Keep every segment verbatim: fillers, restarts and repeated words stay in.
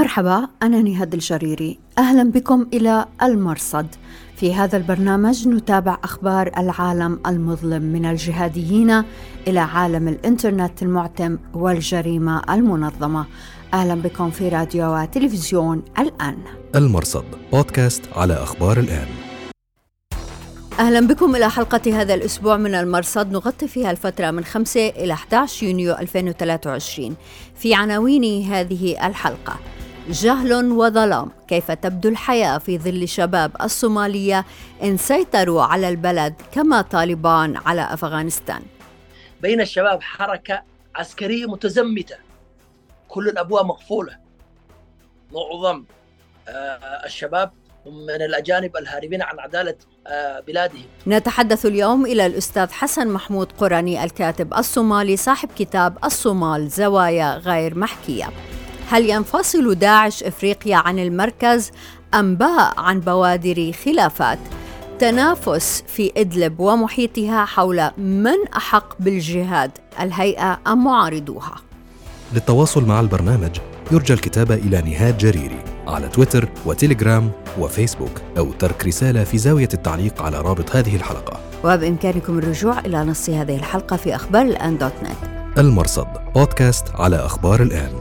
مرحبا، أنا نهاد الجريري. أهلا بكم إلى المرصد. في هذا البرنامج نتابع أخبار العالم المظلم من الجهاديين إلى عالم الإنترنت المعتم والجريمة المنظمة. أهلا بكم في راديو وتلفزيون الآن. المرصد بودكاست على أخبار الآن. أهلا بكم إلى حلقة هذا الأسبوع من المرصد، نغطي فيها الفترة من خمسة إلى أحد عشر يونيو ألفين وثلاثة وعشرين. في عناوين هذه الحلقة: جهل وظلام، كيف تبدو الحياة في ظل شباب الصومالية إن سيطروا على البلد كما طالبان على أفغانستان. بين الشباب حركة عسكرية متزمتة، كل الأبواب مقفولة. معظم آه الشباب من الأجانب الهاربين عن عدالة آه بلادهم. نتحدث اليوم إلى الأستاذ حسن محمود قرني، الكاتب الصومالي صاحب كتاب الصومال زوايا غير محكية. هل ينفصل داعش إفريقيا عن المركز؟ أنباء عن بوادر خلافات. تنافس في إدلب ومحيطها حول من أحق بالجهاد، الهيئة أم معارضوها؟ للتواصل مع البرنامج يرجى الكتابة إلى نهاد جريري على تويتر وتيليجرام وفيسبوك، أو ترك رسالة في زاوية التعليق على رابط هذه الحلقة. وبإمكانكم الرجوع إلى نص هذه الحلقة في أخبار الآن دوت نت. المرصد بودكاست على أخبار الآن.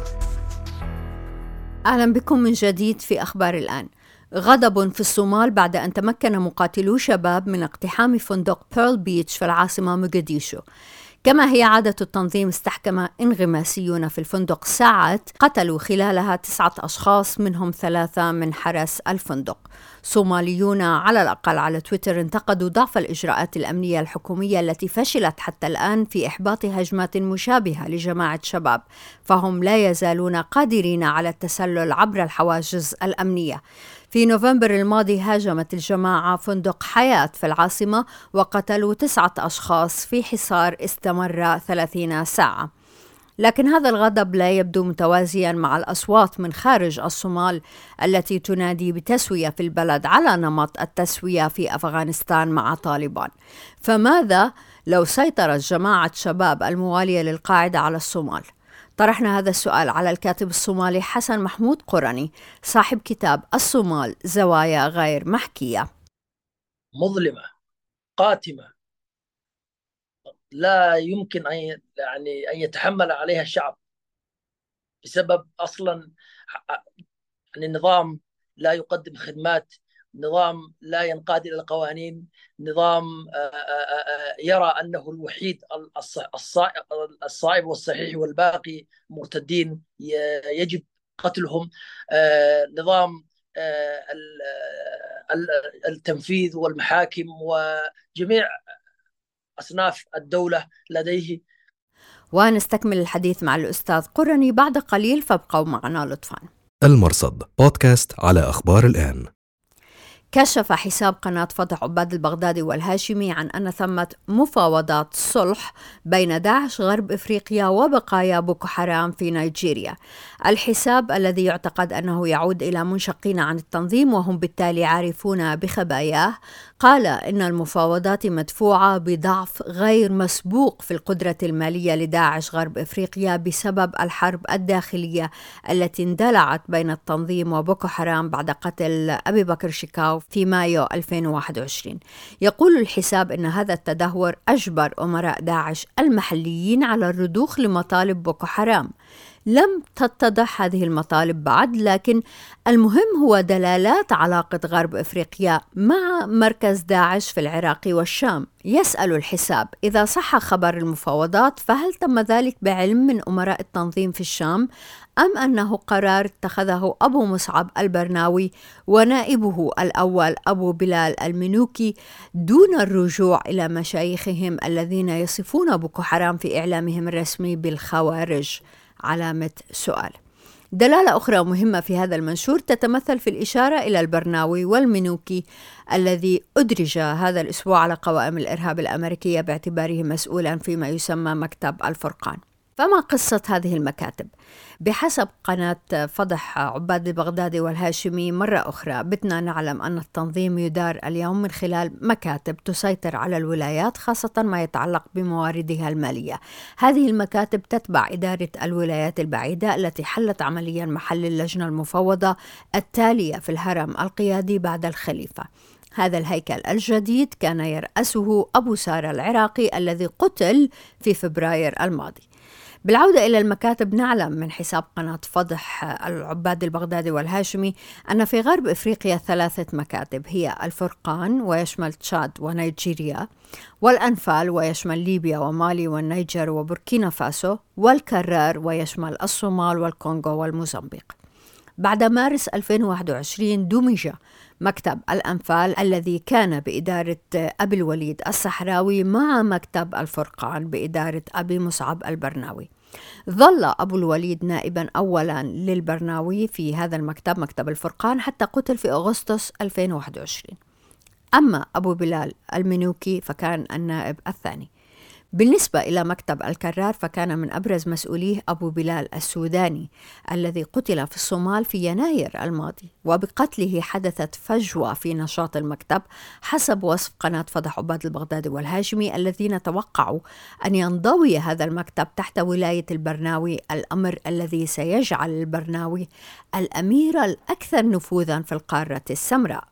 أهلا بكم من جديد في أخبار الآن. غضب في الصومال بعد أن تمكن مقاتلو شباب من اقتحام فندق بيرل بيتش في العاصمة موغاديشو. كما هي عادة التنظيم، استحكم انغماسيون في الفندق ساعات قتلوا خلالها تسعة أشخاص، منهم ثلاثة من حرس الفندق. صوماليون على الأقل على تويتر انتقدوا ضعف الإجراءات الأمنية الحكومية التي فشلت حتى الآن في إحباط هجمات مشابهة لجماعة شباب، فهم لا يزالون قادرين على التسلل عبر الحواجز الأمنية. في نوفمبر الماضي هاجمت الجماعة فندق حياة في العاصمة وقتلوا تسعة أشخاص في حصار استمر ثلاثين ساعة. لكن هذا الغضب لا يبدو متوازيا مع الأصوات من خارج الصومال التي تنادي بتسوية في البلد على نمط التسوية في أفغانستان مع طالبان. فماذا لو سيطرت جماعة شباب الموالية للقاعدة على الصومال؟ طرحنا هذا السؤال على الكاتب الصومالي حسن محمود قرني، صاحب كتاب الصومال زوايا غير محكية. مظلمة قاتمة لا يمكن أن يعني أن يتحمل عليها الشعب، بسبب أصلا يعني النظام لا يقدم خدمات، نظام لا ينقاد إلى القوانين، نظام يرى أنه الوحيد الصائب والصحيح والباقي مرتدين يجب قتلهم. نظام التنفيذ والمحاكم وجميع أصناف الدولة لديه. ونستكمل الحديث مع الأستاذ قرني بعد قليل، فابقوا معنا لطفاً. المرصد بودكاست على أخبار الآن. كشف حساب قناة فتح عباد البغدادي والهاشمي عن أن ثمة مفاوضات صلح بين داعش غرب إفريقيا وبقايا بوكو حرام في نيجيريا. الحساب الذي يعتقد أنه يعود إلى منشقين عن التنظيم وهم بالتالي عارفون بخباياه، قال إن المفاوضات مدفوعة بضعف غير مسبوق في القدرة المالية لداعش غرب إفريقيا بسبب الحرب الداخلية التي اندلعت بين التنظيم وبوكو حرام بعد قتل أبي بكر شيكاو في مايو ألفين وواحد وعشرين. يقول الحساب إن هذا التدهور أجبر أمراء داعش المحليين على الرضوخ لمطالب بوكو حرام. لم تتضح هذه المطالب بعد، لكن المهم هو دلالات علاقة غرب إفريقيا مع مركز داعش في العراق والشام. يسأل الحساب: إذا صح خبر المفاوضات فهل تم ذلك بعلم من أمراء التنظيم في الشام، أم أنه قرار اتخذه أبو مصعب البرناوي ونائبه الأول أبو بلال المنوكي دون الرجوع إلى مشايخهم الذين يصفون بوكو حرام في إعلامهم الرسمي بالخوارج؟ علامة سؤال. دلالة أخرى مهمة في هذا المنشور تتمثل في الإشارة إلى البرناوي والمنوكي الذي أدرج هذا الأسبوع على قوائم الإرهاب الأمريكية باعتباره مسؤولا فيما يسمى مكتب الفرقان. فما قصة هذه المكاتب؟ بحسب قناة فضح عباد البغدادي والهاشمي مرة أخرى، بدنا نعلم أن التنظيم يدار اليوم من خلال مكاتب تسيطر على الولايات، خاصة ما يتعلق بمواردها المالية. هذه المكاتب تتبع إدارة الولايات البعيدة التي حلت عمليا محل اللجنة المفوضة التالية في الهرم القيادي بعد الخليفة. هذا الهيكل الجديد كان يرأسه أبو سارة العراقي الذي قتل في فبراير الماضي. بالعودة إلى المكاتب، نعلم من حساب قناة فضح العباد البغدادي والهاشمي أن في غرب إفريقيا ثلاثة مكاتب، هي الفرقان ويشمل تشاد ونيجيريا، والأنفال ويشمل ليبيا ومالي والنيجر وبوركينا فاسو، والكرار ويشمل الصومال والكونغو والموزمبيق. بعد مارس ألفين وواحد وعشرين دمج مكتب الأنفال الذي كان بإدارة أبي الوليد الصحراوي مع مكتب الفرقان بإدارة أبي مصعب البرناوي. ظل أبو الوليد نائبا أولا للبرناوي في هذا المكتب، مكتب الفرقان، حتى قتل في أغسطس ألفين وواحد وعشرين. أما أبو بلال المنوكي فكان النائب الثاني. بالنسبة إلى مكتب الكرار فكان من أبرز مسؤوليه أبو بلال السوداني الذي قتل في الصومال في يناير الماضي، وبقتله حدثت فجوة في نشاط المكتب حسب وصف قناة فضح عباد البغدادي والهاشمي، الذين توقعوا أن ينضوي هذا المكتب تحت ولاية البرناوي، الأمر الذي سيجعل البرناوي الأمير الأكثر نفوذا في القارة السمراء.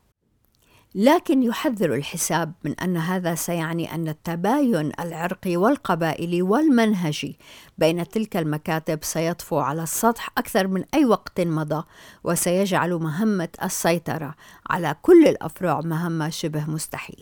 لكن يحذر الحساب من أن هذا سيعني أن التباين العرقي والقبائلي والمنهجي بين تلك المكاتب سيطفو على السطح أكثر من أي وقت مضى، وسيجعل مهمة السيطرة على كل الأفرع مهمة شبه مستحيلة.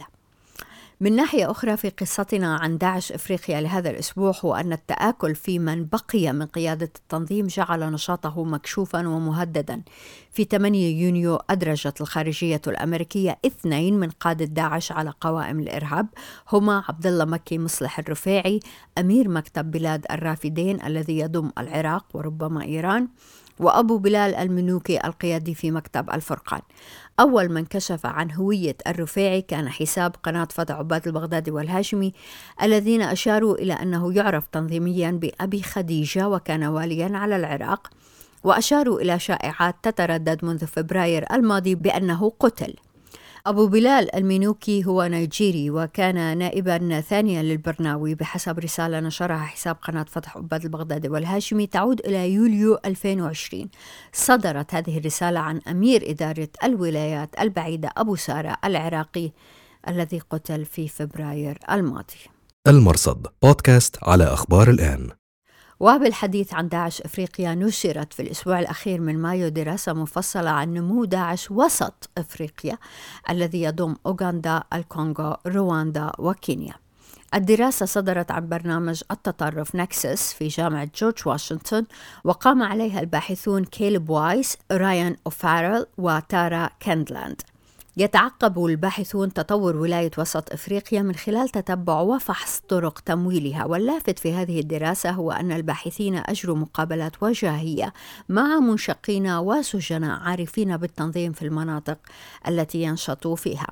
من ناحية أخرى، في قصتنا عن داعش إفريقيا لهذا الأسبوع، هو أن التآكل في من بقي من قيادة التنظيم جعل نشاطه مكشوفا ومهددا. في ثمانية يونيو أدرجت الخارجية الأمريكية اثنين من قادة داعش على قوائم الإرهاب، هما عبد الله مكي مصلح الرفاعي أمير مكتب بلاد الرافدين الذي يضم العراق وربما إيران، وأبو بلال المنوكي القيادي في مكتب الفرقان. أول من كشف عن هوية الرفاعي كان حساب قناة فضح عباد البغدادي والهاشمي، الذين أشاروا إلى أنه يعرف تنظيميا بأبي خديجة وكان واليا على العراق، وأشاروا إلى شائعات تتردد منذ فبراير الماضي بأنه قتل. أبو بلال المنوكي هو نيجيري وكان نائبا ثانيا للبرناوي بحسب رسالة نشرها حساب قناة فضح عباد البغدادي والهاشمي تعود إلى يوليو ألفين وعشرين. صدرت هذه الرسالة عن أمير إدارة الولايات البعيدة أبو سارة العراقي الذي قتل في فبراير الماضي. المرصد بودكاست على أخبار الآن. وبالحديث عن داعش إفريقيا، نشرت في الأسبوع الأخير من مايو دراسة مفصلة عن نمو داعش وسط إفريقيا الذي يضم أوغندا، الكونغو، رواندا وكينيا. الدراسة صدرت عن برنامج التطرف نكسس في جامعة جورج واشنطن، وقام عليها الباحثون كيلب وايس، رايان أوفارل وتارا كندلاند. يتعقب الباحثون تطور ولاية وسط إفريقيا من خلال تتبع وفحص طرق تمويلها، واللافت في هذه الدراسة هو أن الباحثين أجروا مقابلات وجاهية مع منشقين وسجناء عارفين بالتنظيم في المناطق التي ينشطوا فيها.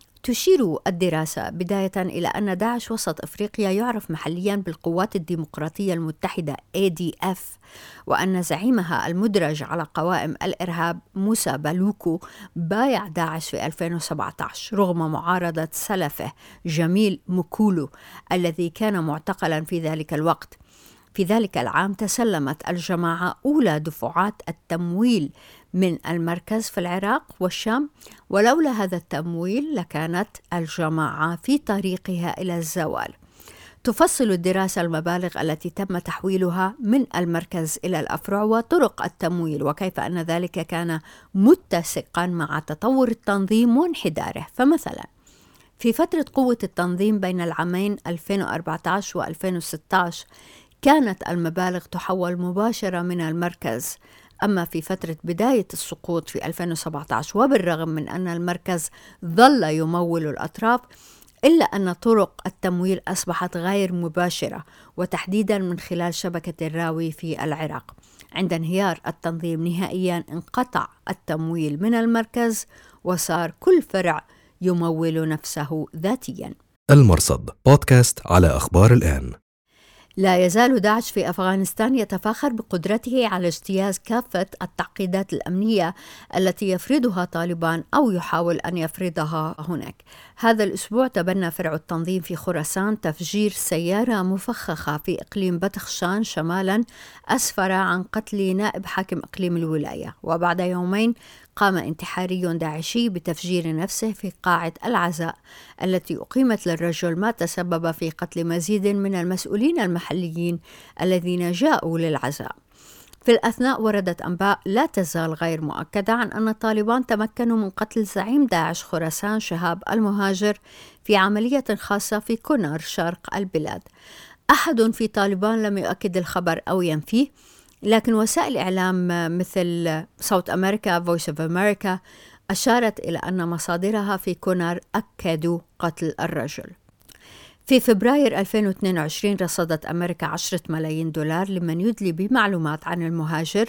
تشير الدراسة بداية إلى أن داعش وسط إفريقيا يعرف محليا بالقوات الديمقراطية المتحدة إيه دي إف، وأن زعيمها المدرج على قوائم الإرهاب موسى بالوكو بايع داعش في ألفين وسبعة عشر رغم معارضة سلفه جميل مكولو الذي كان معتقلا في ذلك الوقت. في ذلك العام تسلمت الجماعة أولى دفعات التمويل من المركز في العراق والشام، ولولا هذا التمويل لكانت الجماعة في طريقها إلى الزوال. تفصل الدراسة المبالغ التي تم تحويلها من المركز إلى الأفرع وطرق التمويل، وكيف أن ذلك كان متسقا مع تطور التنظيم وانحداره. فمثلا في فترة قوة التنظيم بين العامين ألفين وأربعة عشر وألفين وستة عشر كانت المبالغ تحول مباشرة من المركز، أما في فترة بداية السقوط في ألفين وسبعة عشر وبالرغم من أن المركز ظل يمول الأطراف إلا أن طرق التمويل أصبحت غير مباشرة، وتحديدا من خلال شبكة الراوي في العراق. عند انهيار التنظيم نهائيا انقطع التمويل من المركز وصار كل فرع يمول نفسه ذاتيا. المرصد بودكاست على أخبار الآن. لا يزال داعش في أفغانستان يتفاخر بقدرته على اجتياز كافة التعقيدات الأمنية التي يفرضها طالبان أو يحاول أن يفرضها هناك. هذا الأسبوع تبنى فرع التنظيم في خراسان تفجير سيارة مفخخة في إقليم بدخشان شمالا، أسفر عن قتل نائب حاكم إقليم الولاية. وبعد يومين قام انتحاري داعشي بتفجير نفسه في قاعة العزاء التي أقيمت للرجل، ما تسبب في قتل مزيد من المسؤولين المحليين الذين جاءوا للعزاء. في الأثناء وردت أنباء لا تزال غير مؤكدة عن أن طالبان تمكنوا من قتل زعيم داعش خراسان شهاب المهاجر في عملية خاصة في كونر شرق البلاد. أحد في طالبان لم يؤكد الخبر أو ينفيه، لكن وسائل إعلام مثل صوت أمريكا Voice of America أشارت إلى أن مصادرها في كونر أكدوا قتل الرجل. في فبراير ألفين واثنين وعشرين رصدت أمريكا عشرة ملايين دولار لمن يدلي بمعلومات عن المهاجر،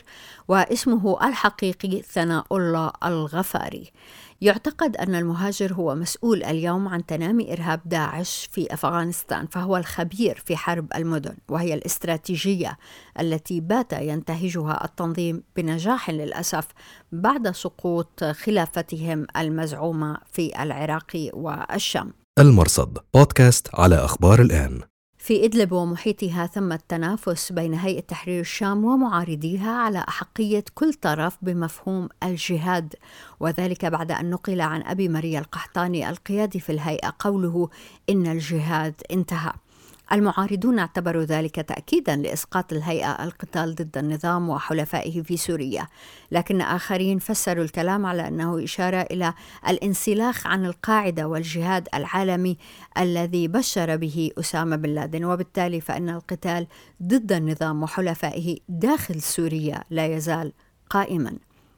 واسمه الحقيقي ثناء الله الغفاري. يعتقد أن المهاجر هو مسؤول اليوم عن تنامي إرهاب داعش في أفغانستان، فهو الخبير في حرب المدن، وهي الاستراتيجية التي بات ينتهجها التنظيم بنجاح للأسف بعد سقوط خلافتهم المزعومة في العراق والشام. المرصد بودكاست على أخبار الآن. في إدلب ومحيطها ثم التنافس بين هيئة تحرير الشام ومعارضيها على أحقية كل طرف بمفهوم الجهاد، وذلك بعد أن نقل عن أبي مريا القحطاني القيادي في الهيئة قوله إن الجهاد انتهى. المعارضون اعتبروا ذلك تأكيدا لإسقاط الهيئة القتال ضد النظام وحلفائه في سوريا، لكن آخرين فسروا الكلام على أنه إشارة إلى الانسلاخ عن القاعدة والجهاد العالمي الذي بشر به أسامة بن لادن، وبالتالي فإن القتال ضد النظام وحلفائه داخل سوريا لا يزال قائما.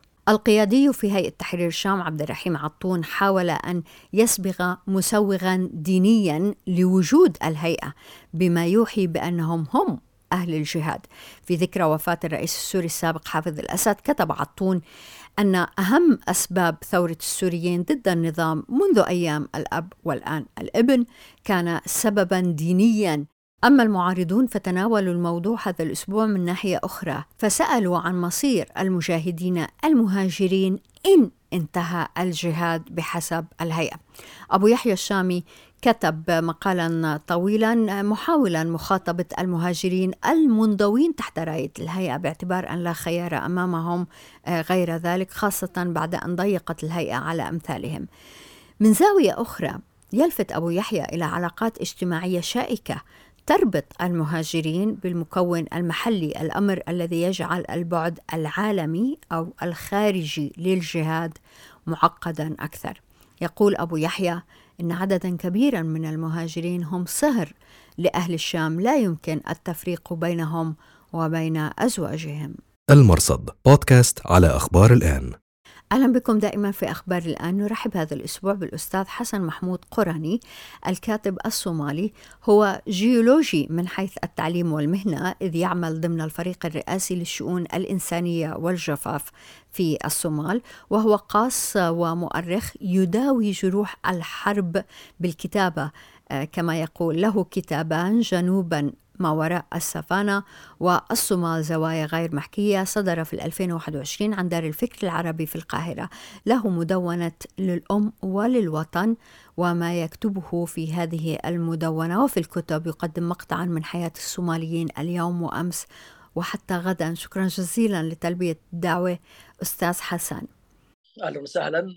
القيادي في هيئة تحرير الشام عبد الرحيم عطون حاول أن يصبغ مسوغا دينيا لوجود الهيئة بما يوحي بأنهم هم أهل الجهاد. في ذكرى وفاة الرئيس السوري السابق حافظ الأسد كتب عطون أن أهم أسباب ثورة السوريين ضد النظام منذ أيام الأب والآن الابن كان سببا دينيا. أما المعارضون فتناولوا الموضوع هذا الأسبوع من ناحية أخرى، فسألوا عن مصير المجاهدين المهاجرين إن انتهى الجهاد بحسب الهيئة. أبو يحيى الشامي كتب مقالا طويلا محاولا مخاطبة المهاجرين المنضوين تحت راية الهيئة، باعتبار أن لا خيار أمامهم غير ذلك، خاصة بعد أن ضيقت الهيئة على أمثالهم. من زاوية أخرى يلفت أبو يحيى إلى علاقات اجتماعية شائكة تربط المهاجرين بالمكون المحلي، الأمر الذي يجعل البعد العالمي أو الخارجي للجهاد معقدا أكثر. يقول أبو يحيى إن عددا كبيرا من المهاجرين هم صهر لأهل الشام لا يمكن التفريق بينهم وبين أزواجهم. المرصد بودكاست على أخبار الآن. أهلا بكم دائما في أخبار الآن. نرحب هذا الأسبوع بالأستاذ حسن محمود قرني الكاتب الصومالي، هو جيولوجي من حيث التعليم والمهنة، إذ يعمل ضمن الفريق الرئاسي للشؤون الإنسانية والجفاف في الصومال، وهو قاص ومؤرخ يداوي جروح الحرب بالكتابة، كما يقول له كتابان جنوبا ما وراء السفانة والصومال زوايا غير محكية، صدر في ألفين وواحد وعشرين عن دار الفكر العربي في القاهرة. له مدونة للأم وللوطن، وما يكتبه في هذه المدونة وفي الكتب يقدم مقطعا من حياة الصوماليين اليوم وأمس وحتى غدا. شكرا جزيلا لتلبية الدعوة أستاذ حسن. أهلا وسهلا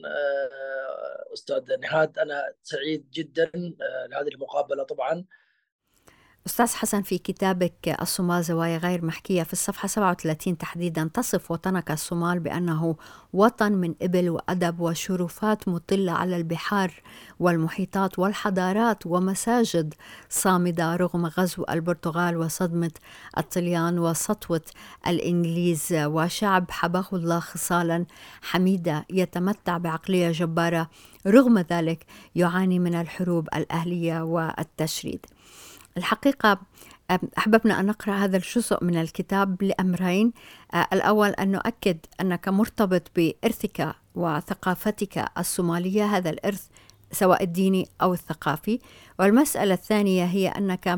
أستاذ نهاد، أنا سعيد جدا لهذه المقابلة. طبعا أستاذ حسن، في كتابك الصومال زوايا غير محكية في الصفحة سبعة وثلاثين تحديدا تصف وطنك الصومال بأنه وطن من إبل وأدب وشرفات مطلة على البحار والمحيطات والحضارات ومساجد صامدة رغم غزو البرتغال وصدمة الطليان وسطوة الإنجليز، وشعب حباه الله خصالا حميدة يتمتع بعقلية جبارة، رغم ذلك يعاني من الحروب الأهلية والتشريد. الحقيقة أحببنا أن نقرأ هذا الجزء من الكتاب لأمرين. الأول أن نؤكد أنك مرتبط بإرثك وثقافتك الصومالية، هذا الإرث سواء الديني أو الثقافي. والمسألة الثانية هي أنك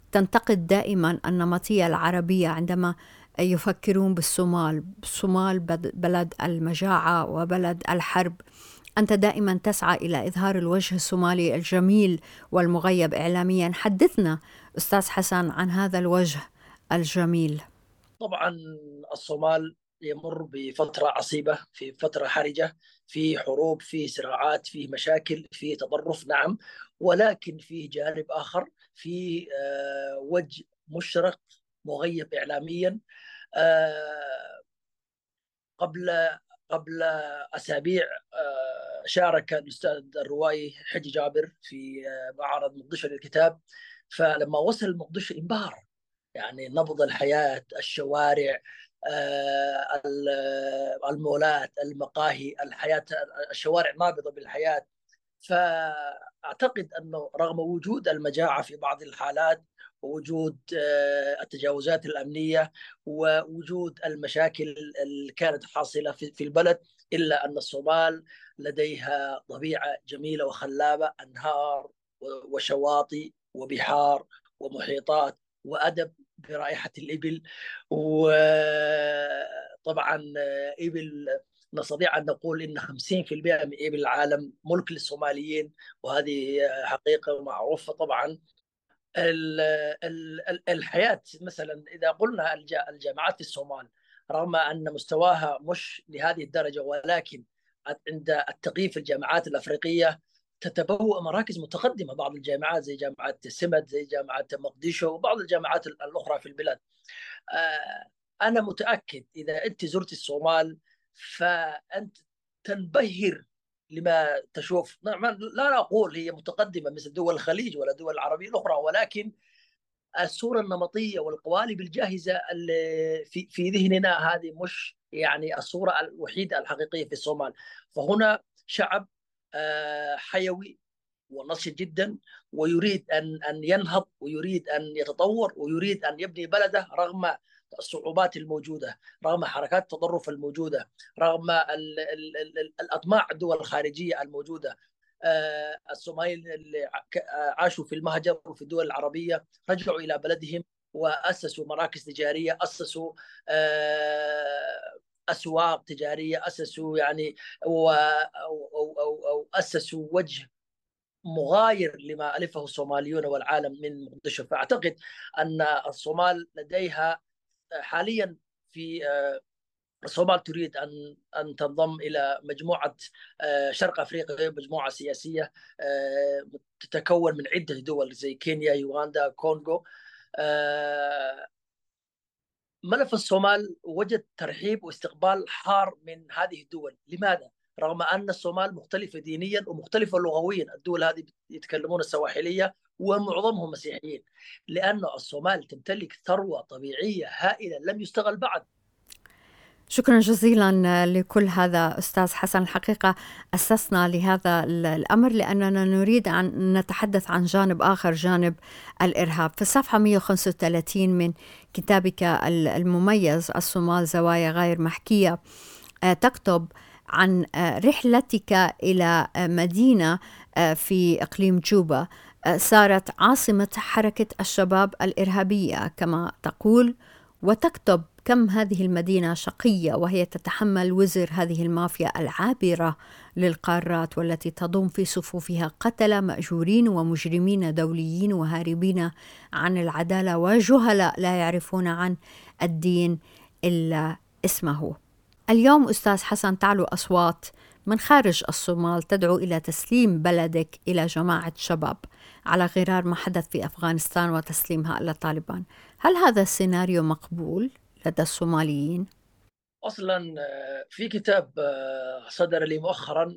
تنتقد دائما النمطية العربية عندما يفكرون بالصومال. الصومال بلد المجاعة وبلد الحرب. أنت دائما تسعى إلى إظهار الوجه الصومالي الجميل والمغيب إعلاميا. حدثنا أستاذ حسن عن هذا الوجه الجميل. طبعا الصومال يمر بفترة عصيبة، في فترة حرجة، في حروب، في صراعات، في مشاكل، في تطرف، نعم، ولكن في جانب آخر، في آه، وجه مشرق مغيب إعلاميا. آه، قبل قبل أسابيع آه، شارك الأستاذ الروائي حجي جابر في آه، معرض مقدشة للكتاب، فلما وصل مقدشة انبهر، يعني نبض الحياة، الشوارع، آه، المولات، المقاهي، الحياة، الشوارع نابضة بالحياة. فأعتقد أنه رغم وجود المجاعة في بعض الحالات، ووجود آه، التجاوزات الأمنية، ووجود المشاكل اللي كانت حاصلة في البلد، إلا أن الصومال لديها طبيعة جميلة وخلابة، أنهار وشواطئ وبحار ومحيطات وأدب برائحة الإبل. وطبعا إبل، نستطيع أن نقول إن خمسين بالمئة من إبل العالم ملك للصوماليين، وهذه حقيقة معروفة. طبعا الحياة مثلا، إذا قلنا الجامعات في الصومال، رغم أن مستواها مش لهذه الدرجة، ولكن عند التقييم في الجامعات الأفريقية تتبوأ مراكز متقدمة. بعض الجامعات زي جامعة سمت، زي جامعة مقديشو، وبعض الجامعات الأخرى في البلاد. أنا متأكد إذا أنت زرت الصومال فأنت تنبهر لما تشوف. لا أقول هي متقدمة مثل دول الخليج ولا دول العربية الأخرى، ولكن الصورة النمطية والقوالب الجاهزة اللي في في ذهننا هذه مش يعني الصورة الوحيدة الحقيقية في الصومال. فهنا شعب حيوي ونشط جدا، ويريد أن أن ينهض، ويريد أن يتطور، ويريد أن يبني بلده رغم الصعوبات الموجودة، رغم حركات التطرف الموجودة، رغم ال ال ال الأطماع الدول الخارجية الموجودة. آه الصوماليين اللي عاشوا في المهجر وفي الدول العربية رجعوا إلى بلدهم وأسسوا مراكز تجارية، أسسوا آه أسواق تجارية، أسسوا يعني و أو أو أو أو أسسوا وجه مغاير لما ألفه الصوماليون والعالم من مقدشو. فأعتقد أن الصومال لديها حاليا في الصومال تريد أن أن تنضم إلى مجموعة شرق أفريقيا، مجموعة سياسية تتكون من عدة دول زي كينيا، يوغندا، كونغو. ملف الصومال وجد ترحيب واستقبال حار من هذه الدول. لماذا؟ رغم أن الصومال مختلفة دينيا ومختلفة لغويا، الدول هذه يتكلمون السواحلية ومعظمهم مسيحيين، لأن الصومال تمتلك ثروة طبيعية هائلة لم يستغل بعد. شكرا جزيلا لكل هذا أستاذ حسن. الحقيقة أسسنا لهذا الأمر لأننا نريد أن نتحدث عن جانب آخر، جانب الإرهاب. في الصفحة مئة وخمسة وثلاثين من كتابك المميز الصومال زوايا غير محكية تكتب عن رحلتك إلى مدينة في إقليم جوبا صارت عاصمة حركة الشباب الإرهابية كما تقول، وتكتب كم هذه المدينة شقية وهي تتحمل وزر هذه المافيا العابرة للقارات، والتي تضم في صفوفها قتلة مأجورين ومجرمين دوليين وهاربين عن العدالة وجهلاء لا يعرفون عن الدين إلا اسمه. اليوم أستاذ حسن تعلو أصوات من خارج الصومال تدعو إلى تسليم بلدك إلى جماعة شباب على غرار ما حدث في أفغانستان وتسليمها إلى طالبان. هل هذا السيناريو مقبول لدى الصوماليين؟ أصلا في كتاب صدر لي مؤخرا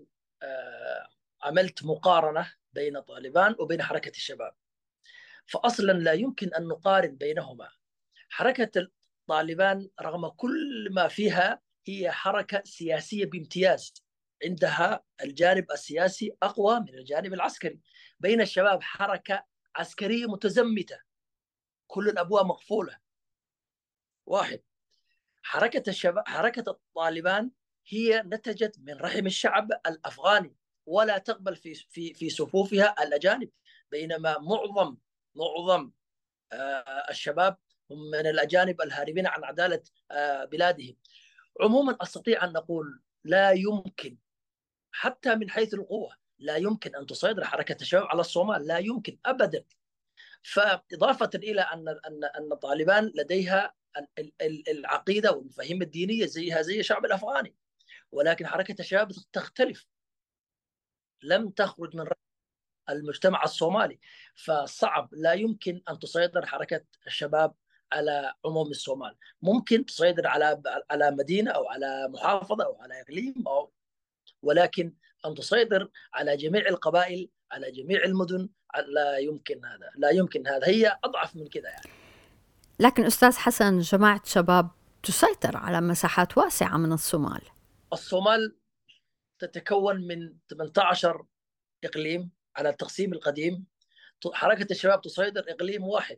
عملت مقارنة بين طالبان وبين حركة الشباب، فأصلا لا يمكن أن نقارن بينهما. حركة طالبان رغم كل ما فيها هي حركة سياسية بامتياز، عندها الجانب السياسي أقوى من الجانب العسكري، بين الشباب حركة عسكرية متزمتة، كل الأبواب مقفولة. واحد، حركة الشباب حركة الطالبان هي نتجت من رحم الشعب الأفغاني، ولا تقبل في في في صفوفها الأجانب، بينما معظم معظم الشباب هم من الأجانب الهاربين عن عدالة بلادهم. عموما أستطيع أن نقول لا يمكن حتى من حيث القوة لا يمكن أن تسيطر حركة الشباب على الصومال، لا يمكن أبدا. فإضافة إلى أن أن أن طالبان لديها العقيدة والمفاهيم الدينية زيها زي الشعب الأفغاني، ولكن حركة الشباب تختلف، لم تخرج من المجتمع الصومالي، فصعب، لا يمكن أن تسيطر حركة الشباب على عموم الصومال. ممكن تسيطر على على مدينة أو على محافظة أو على إقليم، أو ولكن أن تسيطر على جميع القبائل، على جميع المدن، لا يمكن هذا، لا يمكن هذا، هي أضعف من كذا يعني. لكن أستاذ حسن، جماعة شباب تسيطر على مساحات واسعة من الصومال. الصومال تتكون من ثمانية عشر إقليم على التقسيم القديم، حركة الشباب تسيطر إقليم واحد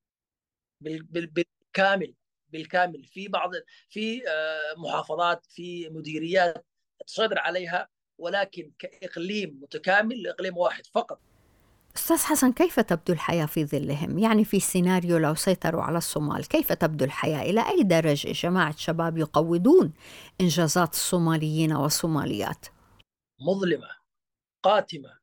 بالكامل بالكامل في بعض في محافظات، في مديريات تسيطر عليها، ولكن كإقليم متكامل لإقليم واحد فقط. أستاذ حسن، كيف تبدو الحياة في ظلهم؟ يعني في سيناريو لو سيطروا على الصومال، كيف تبدو الحياة؟ إلى أي درجة جماعة شباب يقوضون إنجازات الصوماليين والصوماليات؟ مظلمة، قاتمة،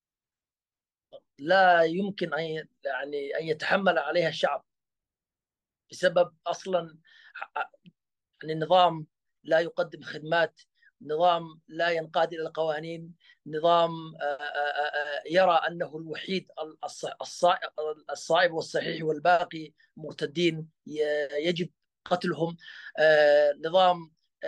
لا يمكن أن يعني أن يتحمل عليها الشعب، بسبب أصلا أن النظام لا يقدم خدمات، نظام لا ينقاد إلى القوانين، نظام يرى أنه الوحيد الصائب والصحيح والباقي مرتدين يجب قتلهم، نظام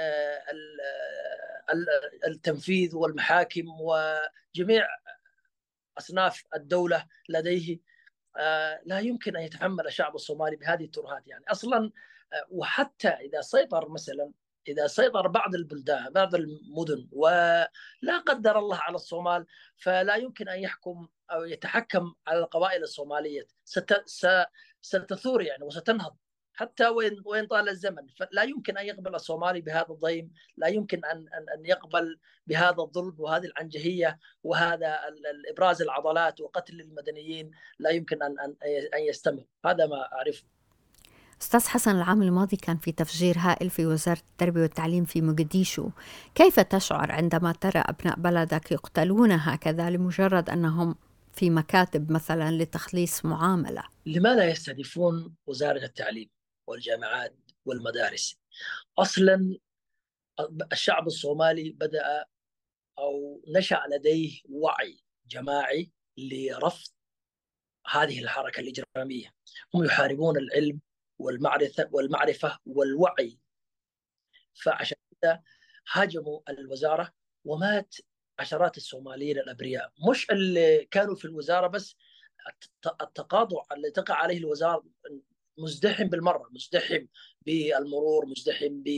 التنفيذ والمحاكم وجميع أصناف الدولة لديه، لا يمكن أن يتحمل الشعب الصومالي بهذه الترهات يعني أصلا. وحتى إذا سيطر مثلا إذا سيطر بعض البلدان، بعض المدن، ولا قدر الله على الصومال، فلا يمكن أن يحكم أو يتحكم على القبائل الصومالية، ستثور يعني وستنهض حتى وين وين طال الزمن. فلا يمكن أن يقبل الصومالي بهذا الضيم، لا يمكن أن أن أن يقبل بهذا الظلم وهذه العنجهية وهذا الإبراز العضلات وقتل المدنيين، لا يمكن أن أن أن يستمر. هذا ما أعرفه. أستاذ حسن، العام الماضي كان في تفجير هائل في وزارة التربية والتعليم في مقديشو، كيف تشعر عندما ترى أبناء بلدك يقتلون هكذا لمجرد أنهم في مكاتب مثلا لتخليص معاملة؟ لما لا يستهدفون وزارة التعليم والجامعات والمدارس؟ أصلا الشعب الصومالي بدأ أو نشأ لديه وعي جماعي لرفض هذه الحركة الإجرامية. هم يحاربون العلم والمعرفة والمعرفة والوعي، فعشان كذا هاجموا الوزارة ومات عشرات الصوماليين الأبرياء، مش اللي كانوا في الوزارة بس، التقاطع اللي تقع عليه الوزارة مزدحم بالمرة، مزدحم بالمرور، مزدحم ب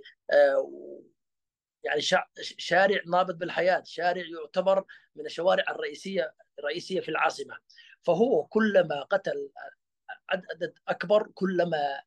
يعني شارع نابض بالحياة، شارع يعتبر من الشوارع الرئيسية الرئيسية في العاصمة. فهو كلما قتل عدد أكبر كلما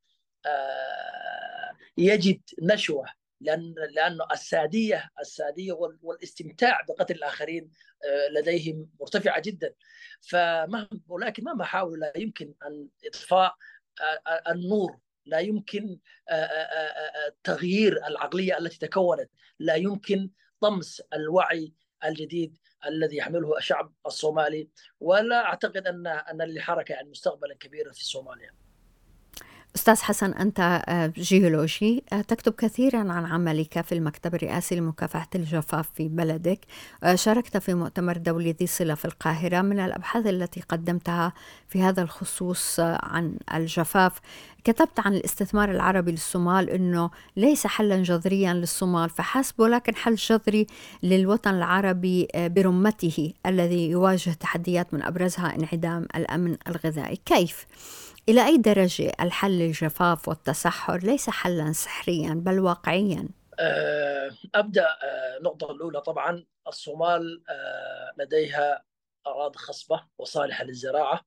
يجد نشوة، لأن لأنه السادية السادية والاستمتاع بقتل الآخرين لديهم مرتفعة جدا. فمهما ولكن مهما حاولوا لا يمكن أن إطفاء النور، لا يمكن تغيير العقلية التي تكونت، لا يمكن طمس الوعي الجديد الذي يحمله الشعب الصومالي. ولا أعتقد أن أن للحركة يعني مستقبلا كبيرا في الصومالية. أستاذ حسن، أنت جيولوجي، تكتب كثيرا عن عملك في المكتب الرئاسي لمكافحة الجفاف في بلدك، شاركت في مؤتمر دولي ذي صلة في القاهرة. من الأبحاث التي قدمتها في هذا الخصوص عن الجفاف، كتبت عن الاستثمار العربي للصومال أنه ليس حلا جذريا للصومال فحسب، ولكن حل جذري للوطن العربي برمته الذي يواجه تحديات من أبرزها انعدام الأمن الغذائي. كيف؟ إلى أي درجة الحل للجفاف والتصحر ليس حلا سحريا بل واقعيا؟ أبدأ النقطة الأولى، طبعا الصومال لديها أراضي خصبة وصالحة للزراعة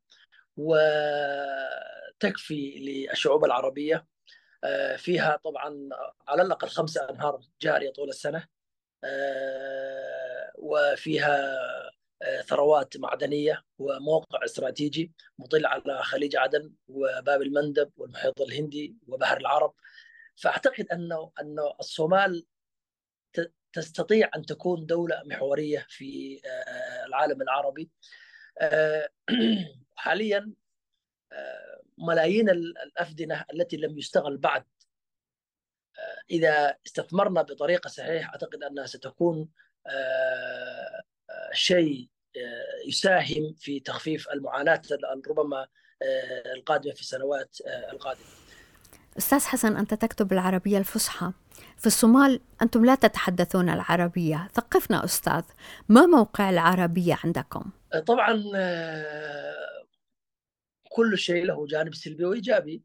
وتكفي للشعوب العربية. فيها طبعا على الأقل خمسة أنهار جارية طول السنة، وفيها ثروات معدنية وموقع استراتيجي مطل على خليج عدن وباب المندب والمحيط الهندي وبحر العرب. فأعتقد أنه أنه الصومال تستطيع أن تكون دولة محورية في العالم العربي. حاليا ملايين الأفدنة التي لم يستغل بعد، إذا استثمرنا بطريقة صحيحة أعتقد أنها ستكون شيء يساهم في تخفيف المعاناة ربما القادمة في السنوات القادمة. أستاذ حسن، أنت تكتب بالعربية الفصحى، في الصومال أنتم لا تتحدثون العربية، ثقفنا أستاذ، ما موقع العربية عندكم؟ طبعا كل شيء له جانب سلبي وإيجابي.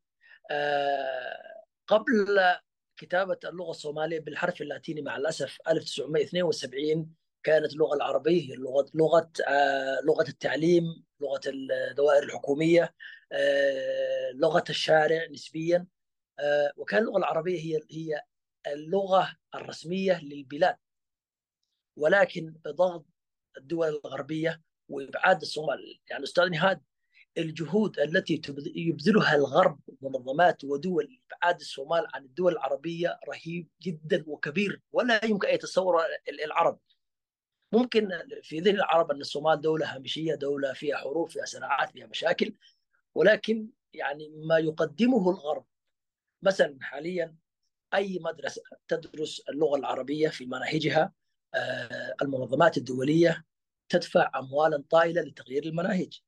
قبل كتابة اللغة الصومالية بالحرف اللاتيني مع الأسف ألف وتسعمائة واثنين وسبعين كانت اللغة العربية هي لغة لغة لغة التعليم، لغة الدوائر الحكومية، لغة الشارع نسبيا، وكان اللغة العربية هي هي اللغة الرسمية للبلاد. ولكن بضغط الدول الغربية وإبعاد الصومال، يعني أستاذ نهاد، الجهود التي يبذلها الغرب منظمات ودول لإبعاد الصومال عن الدول العربية رهيب جدا وكبير، ولا يمكن أن يتصور العرب. ممكن في ذهن العرب أن الصومال دولة هامشية، دولة فيها حروب، فيها صراعات، فيها مشاكل، ولكن يعني ما يقدمه الغرب مثلا حاليا أي مدرسة تدرس اللغة العربية في مناهجها، المنظمات الدولية تدفع أموالا طائلة لتغيير المناهج.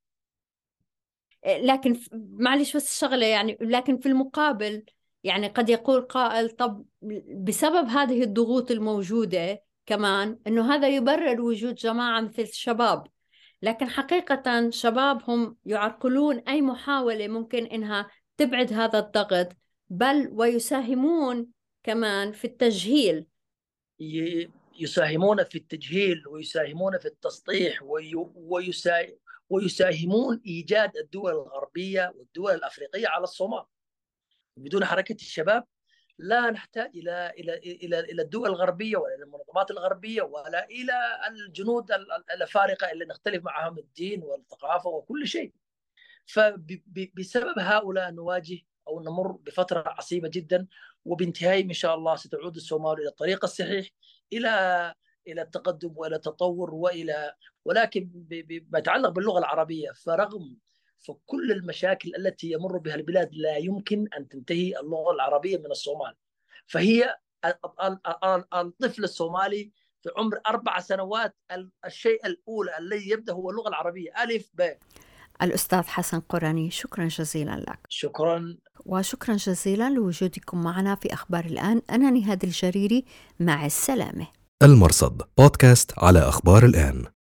لكن معلش بس شغلة يعني، لكن في المقابل يعني قد يقول قائل طب بسبب هذه الضغوط الموجودة كمان إنه هذا يبرر وجود جماعة مثل الشباب، لكن حقيقة شبابهم يعرقلون أي محاولة ممكن إنها تبعد هذا الضغط، بل ويساهمون كمان في التجهيل. يساهمون في التجهيل ويساهمون في التسطيح ويساهمون ويساهمون إيجاد الدول الغربية والدول الأفريقية على الصومال. بدون حركة الشباب لا نحتاج إلى إلى إلى إلى الدول الغربية ولا إلى المنظمات الغربية ولا إلى الجنود الأفارقة اللي نختلف معهم الدين والثقافة وكل شيء. فبسبب هؤلاء نواجه أو نمر بفترة عصيبة جدا، وبانتهاء إن شاء الله ستعود الصومال إلى الطريق الصحيح، إلى إلى التقدم وإلى التطور وإلى ولكن بما يتعلق باللغة العربية، فرغم فكل المشاكل التي يمر بها البلاد لا يمكن أن تنتهي اللغة العربية من الصومال. فهي الطفل الصومالي في عمر أربع سنوات الشيء الأولى الذي يبدأ هو اللغة العربية ألف ب. الأستاذ حسن قرني، شكرا جزيلا لك. شكرا. وشكرا جزيلا لوجودكم معنا في أخبار الآن. أنا نهاد الجريري، مع السلامة. المرصد بودكاست على أخبار الآن.